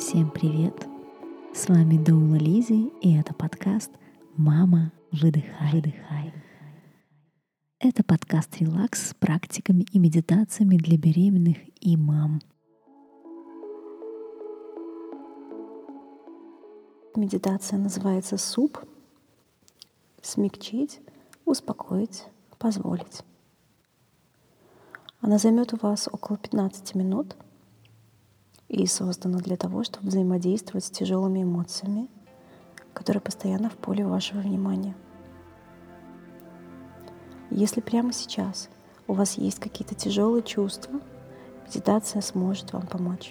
Всем привет! С вами Доула Лизи, и это подкаст «Мама, выдыхай». Это подкаст релакс с практиками и медитациями для беременных и мам. Медитация называется «Суп». Смягчить, успокоить, позволить. Она займет у вас около 15 минут и создана для того, чтобы взаимодействовать с тяжелыми эмоциями, которые постоянно в поле вашего внимания. Если прямо сейчас у вас есть какие-то тяжелые чувства, медитация сможет вам помочь.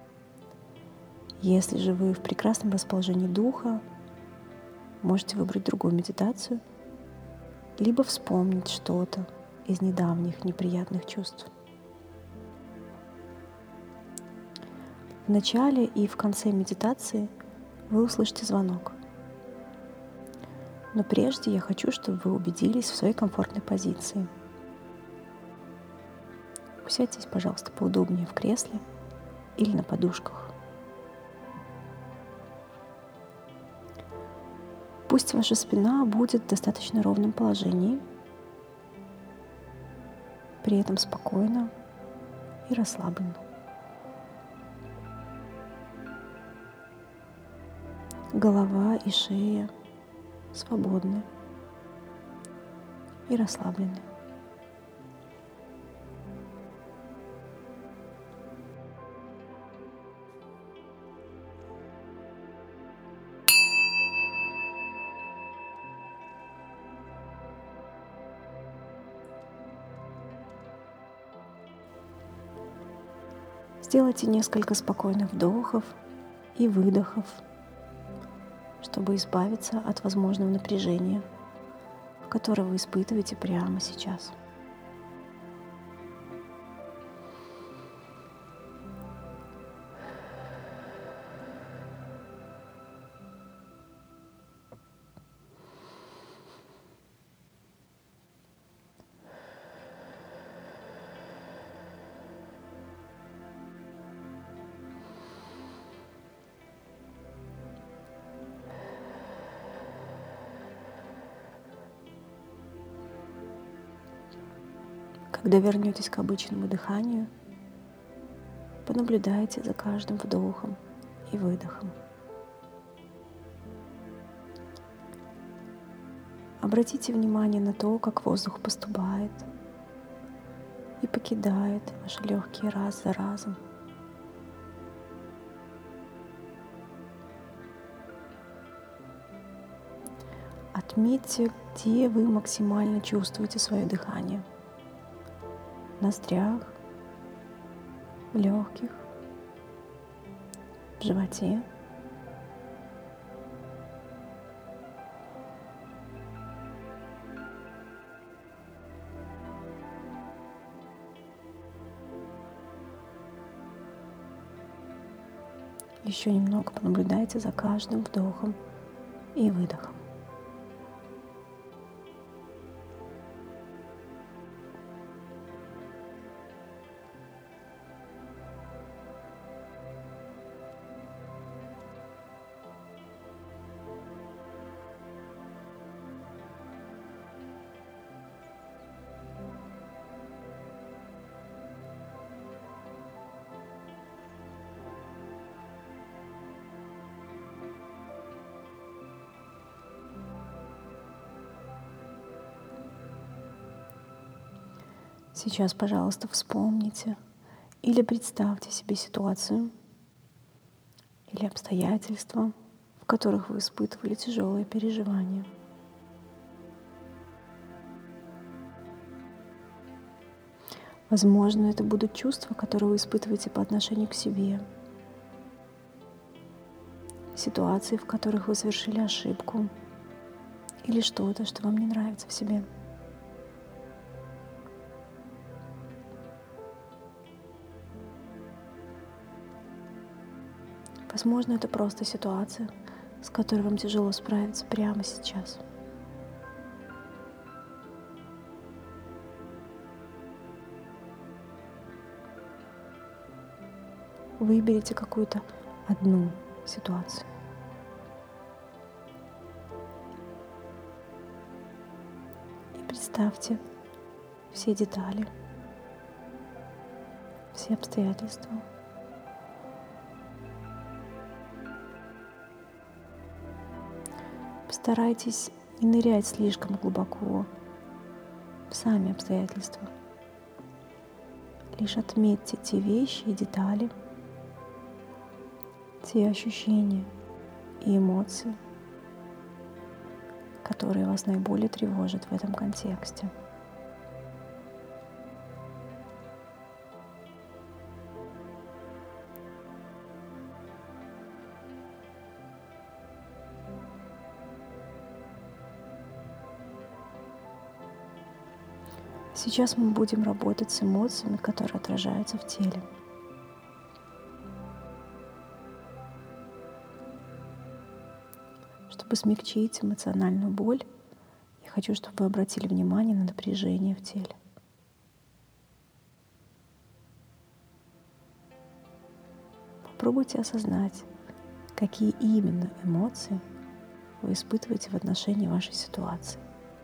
Если же вы в прекрасном расположении духа, можете выбрать другую медитацию, либо вспомнить что-то из недавних неприятных чувств. В начале и в конце медитации вы услышите звонок. Но прежде я хочу, чтобы вы убедились в своей комфортной позиции. Усядьтесь, пожалуйста, поудобнее в кресле или на подушках. Пусть ваша спина будет в достаточно ровном положении, при этом спокойно и расслабленно. Голова и шея свободны и расслаблены. Сделайте несколько спокойных вдохов и выдохов, чтобы избавиться от возможного напряжения, которое вы испытываете прямо сейчас. Когда вернетесь к обычному дыханию, понаблюдайте за каждым вдохом и выдохом. Обратите внимание на то, как воздух поступает и покидает ваши легкие раз за разом. Отметьте, где вы максимально чувствуете свое дыхание. В ноздрях, в легких, в животе. Еще немного понаблюдайте за каждым вдохом и выдохом. Сейчас, пожалуйста, вспомните или представьте себе ситуацию или обстоятельства, в которых вы испытывали тяжелые переживания. Возможно, это будут чувства, которые вы испытываете по отношению к себе, ситуации, в которых вы совершили ошибку, или что-то, что вам не нравится в себе. Возможно, это просто ситуация, с которой вам тяжело справиться прямо сейчас. Выберите какую-то одну ситуацию. И представьте все детали, все обстоятельства. Постарайтесь не нырять слишком глубоко в сами обстоятельства. Лишь отметьте те вещи и детали, те ощущения и эмоции, которые вас наиболее тревожат в этом контексте. Сейчас мы будем работать с эмоциями, которые отражаются в теле. Чтобы смягчить эмоциональную боль, я хочу, чтобы вы обратили внимание на напряжение в теле. Попробуйте осознать, какие именно эмоции вы испытываете в отношении вашей ситуации.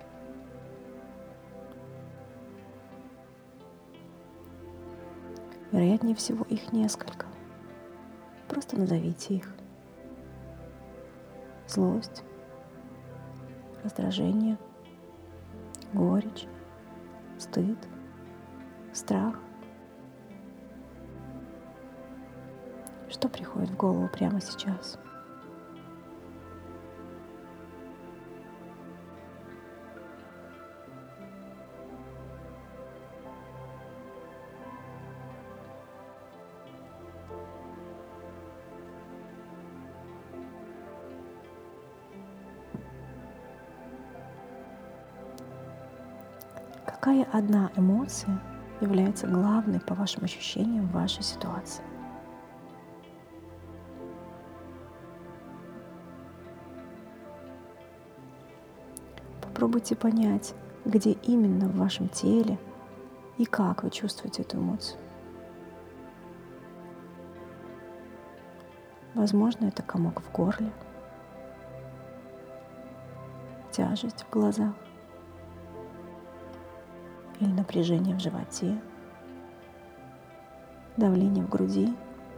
Вероятнее всего, их несколько. Просто назовите их. Злость, раздражение, горечь, стыд, страх. Что приходит в голову прямо сейчас? Какая одна эмоция является главной по вашим ощущениям в вашей ситуации? Попробуйте понять, где именно в вашем теле и как вы чувствуете эту эмоцию. Возможно, это комок в горле, тяжесть в глазах или напряжение в животе, давление в груди.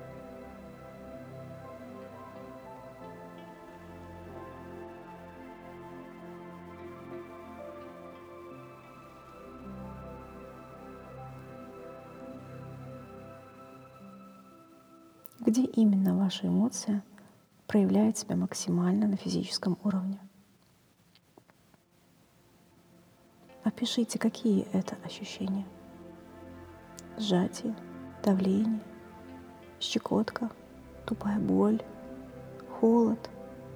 Где именно ваша эмоция проявляет себя максимально на физическом уровне? Опишите, какие это ощущения. Сжатие, давление, щекотка, тупая боль, холод.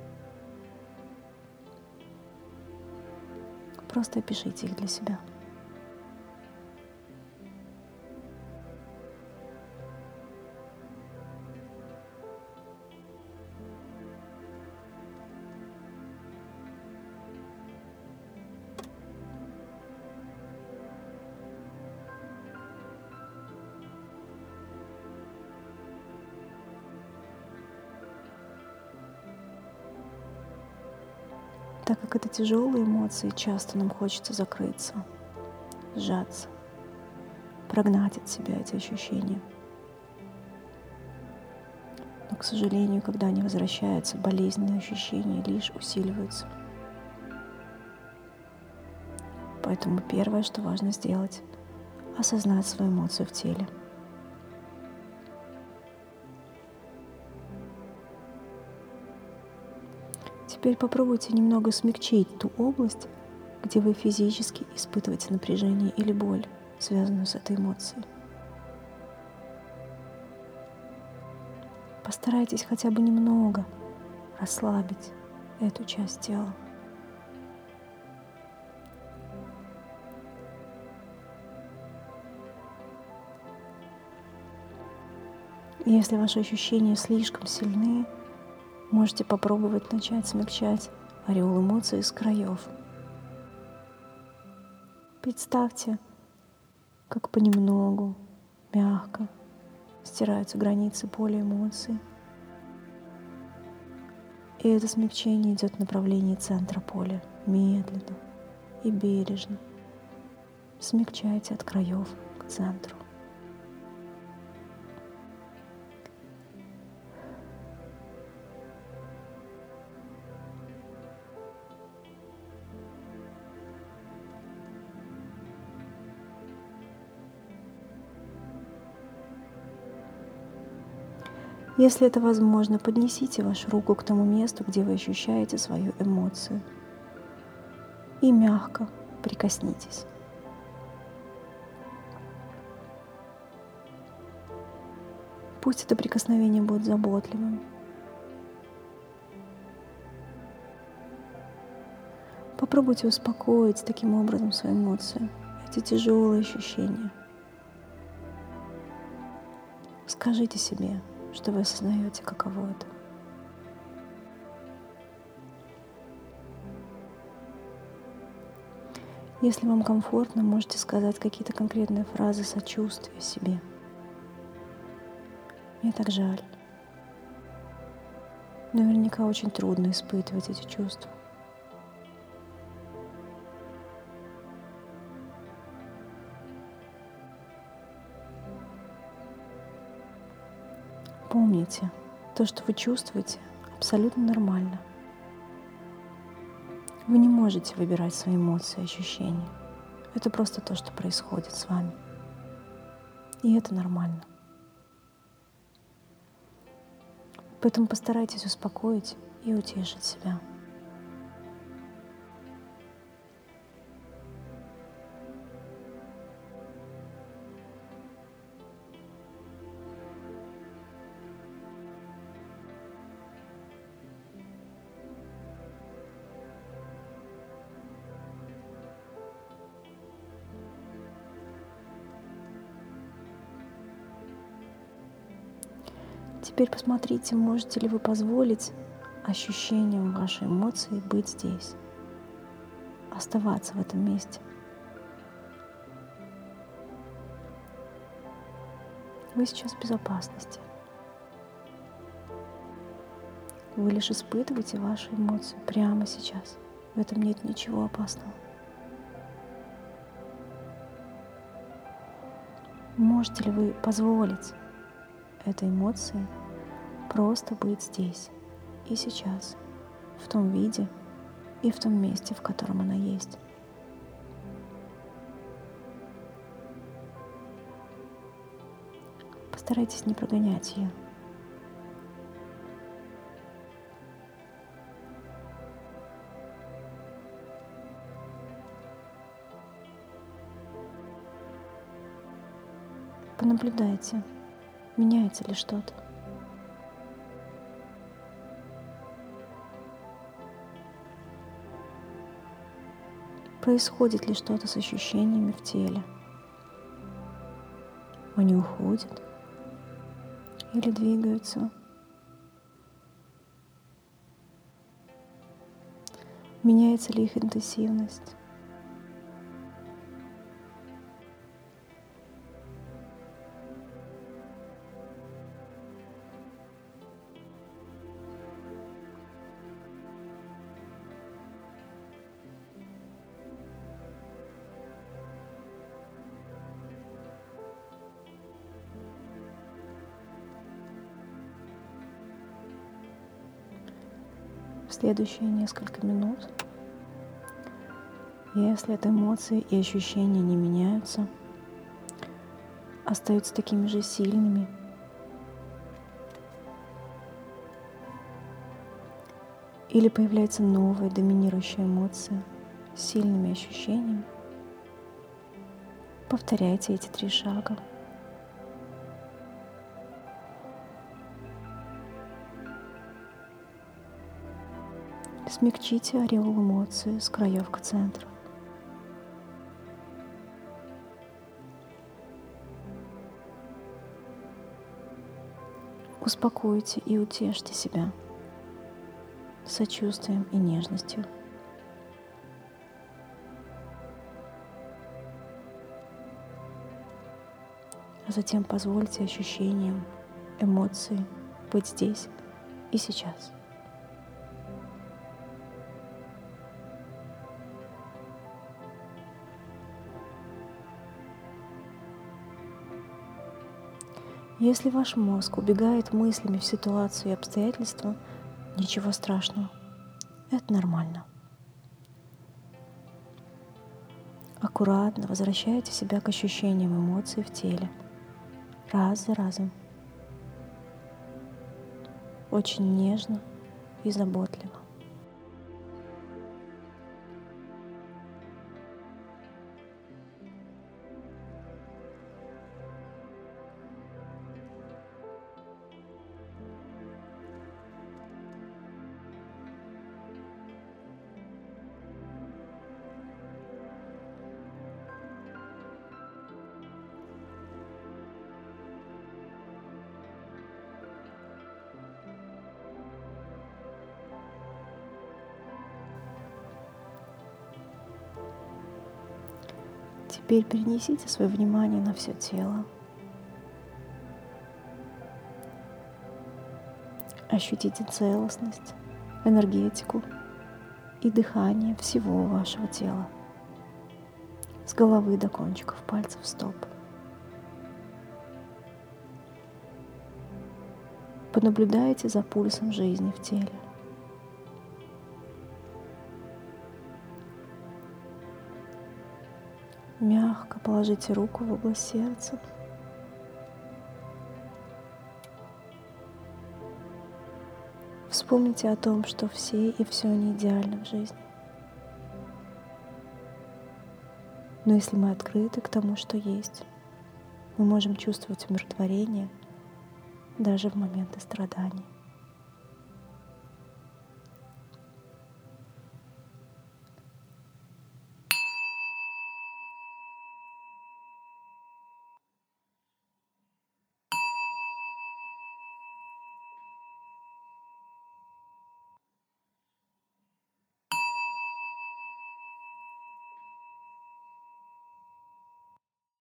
Просто опишите их для себя. Так как это тяжелые эмоции, часто нам хочется закрыться, сжаться, прогнать от себя эти ощущения. Но, к сожалению, когда они возвращаются, болезненные ощущения лишь усиливаются. Поэтому первое, что важно сделать, осознать свою эмоцию в теле. Теперь попробуйте немного смягчить ту область, где вы физически испытываете напряжение или боль, связанную с этой эмоцией. Постарайтесь хотя бы немного расслабить эту часть тела. И если ваши ощущения слишком сильны, можете попробовать начать смягчать ореол эмоций с краев. Представьте, как понемногу, мягко стираются границы поля эмоций, И это смягчение идет в направлении центра поля, медленно и бережно. Смягчайте от краев к центру. Если это возможно, поднесите вашу руку к тому месту, где вы ощущаете свою эмоцию, и мягко прикоснитесь. Пусть это прикосновение будет заботливым. Попробуйте успокоить таким образом свои эмоции, эти тяжелые ощущения. Скажите себе, что вы осознаете, каково это. Если вам комфортно, можете сказать какие-то конкретные фразы сочувствия себе. Мне так жаль. Наверняка очень трудно испытывать эти чувства. Помните, то, что вы чувствуете, абсолютно нормально. Вы не можете выбирать свои эмоции и ощущения. Это просто то, что происходит с вами. И это нормально. Поэтому постарайтесь успокоить и утешить себя. Теперь посмотрите, можете ли вы позволить ощущениям вашей эмоции быть здесь, оставаться в этом месте. Вы сейчас в безопасности. Вы лишь испытываете ваши эмоции прямо сейчас. В этом нет ничего опасного. Можете ли вы позволить этой эмоции просто быть здесь и сейчас, в том виде и в том месте, в котором она есть? Постарайтесь не прогонять ее. Понаблюдайте, меняется ли что-то. Происходит ли что-то с ощущениями в теле? Они уходят или двигаются? Меняется ли их интенсивность? В следующие несколько минут, если это эмоции и ощущения не меняются, остаются такими же сильными, или появляется новая доминирующая эмоция с сильными ощущениями, повторяйте эти 3 шага. Смягчите ореол эмоций с краев к центру. Успокойте и утешьте себя сочувствием и нежностью. А затем позвольте ощущениям, эмоции быть здесь и сейчас. Если ваш мозг убегает мыслями в ситуацию и обстоятельства, ничего страшного. Это нормально. Аккуратно возвращайте себя к ощущениям эмоций в теле. Раз за разом. Очень нежно и заботливо. Теперь перенесите свое внимание на все тело. Ощутите целостность, энергетику и дыхание всего вашего тела, с головы до кончиков пальцев стоп. Понаблюдайте за пульсом жизни в теле. Мягко положите руку в область сердца. Вспомните о том, что все и все не идеально в жизни. Но если мы открыты к тому, что есть, мы можем чувствовать умиротворение даже в моменты страданий.